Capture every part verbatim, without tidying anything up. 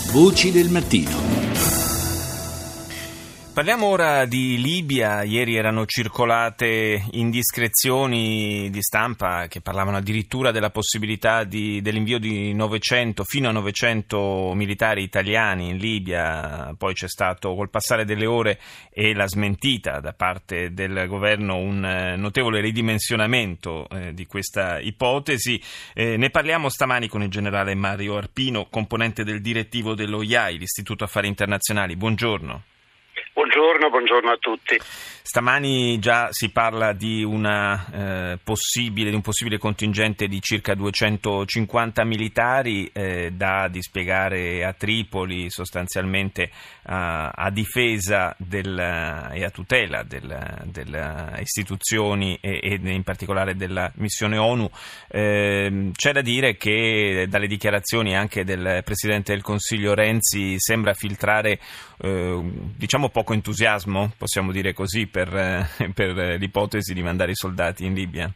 Voci del mattino. Parliamo ora di Libia. Ieri erano circolate indiscrezioni di stampa che parlavano addirittura della possibilità di, dell'invio di novecento, fino a novecento militari italiani in Libia. Poi c'è stato, col passare delle ore e la smentita da parte del governo, un notevole ridimensionamento eh, di questa ipotesi. Eh, ne parliamo stamani con il generale Mario Arpino, componente del direttivo dello I A I, l'Istituto Affari Internazionali. Buongiorno. Buongiorno, buongiorno a tutti. Stamani già si parla di una eh, possibile, di un possibile contingente di circa duecentocinquanta militari eh, da dispiegare a Tripoli, sostanzialmente a, a difesa del, e a tutela del, delle istituzioni e, e in particolare della missione ONU. Eh, c'è da dire che dalle dichiarazioni anche del Presidente del Consiglio Renzi sembra filtrare eh, diciamo poco entusiasmo, possiamo dire così, per, per l'ipotesi di mandare i soldati in Libia?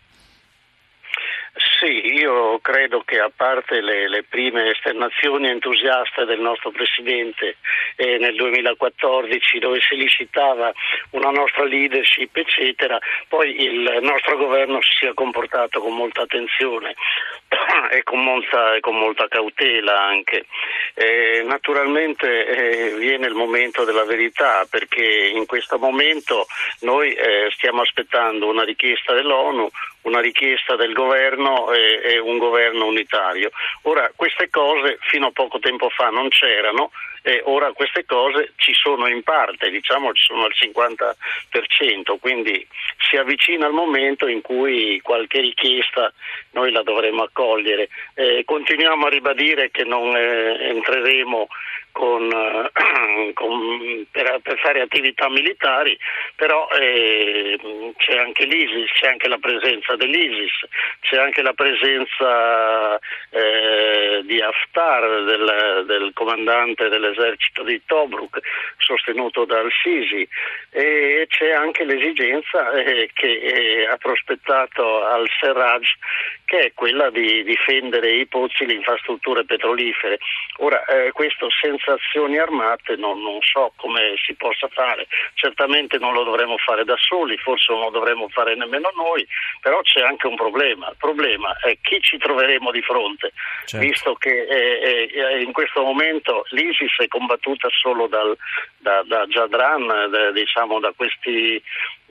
Sì, io credo che a parte le, le prime esternazioni entusiaste del nostro Presidente eh, nel duemilaquattordici, dove si licitava una nostra leadership eccetera, poi il nostro governo si sia comportato con molta attenzione e con molta, e con molta cautela anche. Eh, naturalmente eh, viene il momento della verità, perché in questo momento noi eh, stiamo aspettando una richiesta dell'ONU, una richiesta del governo e, e un governo unitario. Ora, queste cose fino a poco tempo fa non c'erano e ora queste cose ci sono in parte, diciamo ci sono al cinquanta per cento, quindi si avvicina il momento in cui qualche richiesta noi la dovremo accogliere. Eh, continuiamo a ribadire che non eh, entreremo con, eh, con, per, per fare attività militari, però eh, c'è anche l'ISIS, c'è anche la presenza dell'ISIS, c'è anche la presenza eh, di Haftar, del, del comandante dell'esercito di Tobruk, sostenuto dal Sisi, e c'è anche l'esigenza eh, che eh, ha prospettato al Serraj, che è quella di difendere i pozzi, le infrastrutture petrolifere. Ora, eh, questo senza azioni armate non, non so come si possa fare, certamente non lo dovremo fare da soli, forse non lo dovremo fare nemmeno noi, però c'è anche un problema. Il problema è chi ci troveremo di fronte, certo. Visto che eh, eh, in questo momento l'ISIS è combattuta solo dal, da, da Jadran, da, diciamo da questi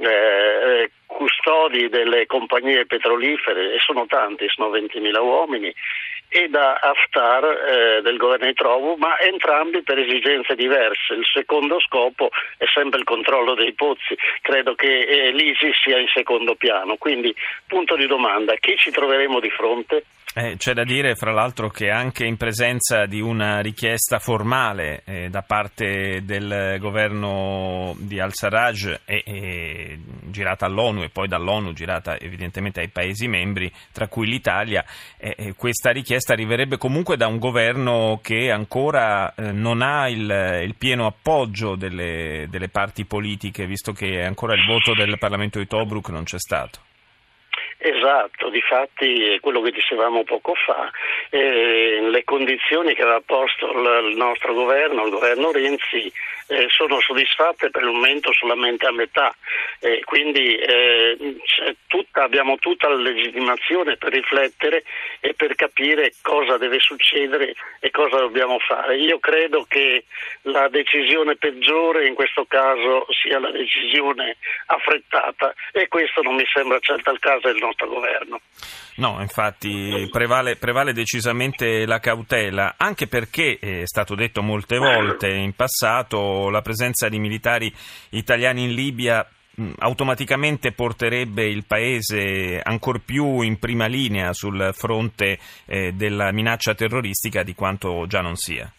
eh, custodi delle compagnie petrolifere, e sono tanti, sono ventimila uomini, e da Haftar eh, del governo di Tobruk, ma entrambi per esigenze diverse. Il secondo scopo è sempre il controllo dei pozzi. Credo che eh, l'ISIS sia in secondo piano, quindi punto di domanda: chi ci troveremo di fronte? Eh, c'è da dire, fra l'altro, che anche in presenza di una richiesta formale eh, da parte del governo di al-Sarraj e, e girata all'ONU e poi dall'ONU girata evidentemente ai Paesi membri, tra cui l'Italia, eh, questa richiesta arriverebbe comunque da un governo che ancora eh, non ha il, il pieno appoggio delle, delle parti politiche, visto che ancora il voto del Parlamento di Tobruk non c'è stato. Esatto, difatti è quello che dicevamo poco fa, eh, le condizioni che aveva posto il nostro governo, il governo Renzi, eh, sono soddisfatte per il momento solamente a metà, eh, quindi eh, c'è tutta, abbiamo tutta la legittimazione per riflettere e per capire cosa deve succedere e cosa dobbiamo fare. Io credo che la decisione peggiore in questo caso sia la decisione affrettata, e questo non mi sembra certo il caso del nostro governo. No, infatti prevale, prevale decisamente la cautela, anche perché è stato detto molte volte in passato la presenza di militari italiani in Libia mh, automaticamente porterebbe il paese ancor più in prima linea sul fronte eh, della minaccia terroristica di quanto già non sia.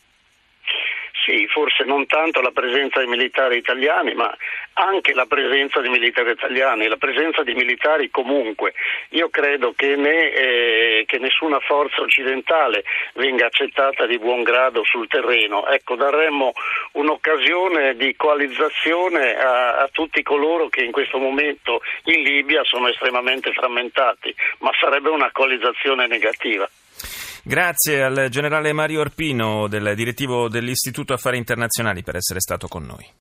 Sì, forse non tanto la presenza di militari italiani, ma anche la presenza di militari italiani, la presenza di militari comunque. Io credo che, né, eh, che nessuna forza occidentale venga accettata di buon grado sul terreno. Ecco, daremmo un'occasione di coalizzazione a, a tutti coloro che in questo momento in Libia sono estremamente frammentati, ma sarebbe una coalizzazione negativa. Grazie al generale Mario Arpino, del direttivo dell'Istituto Affari Internazionali, per essere stato con noi.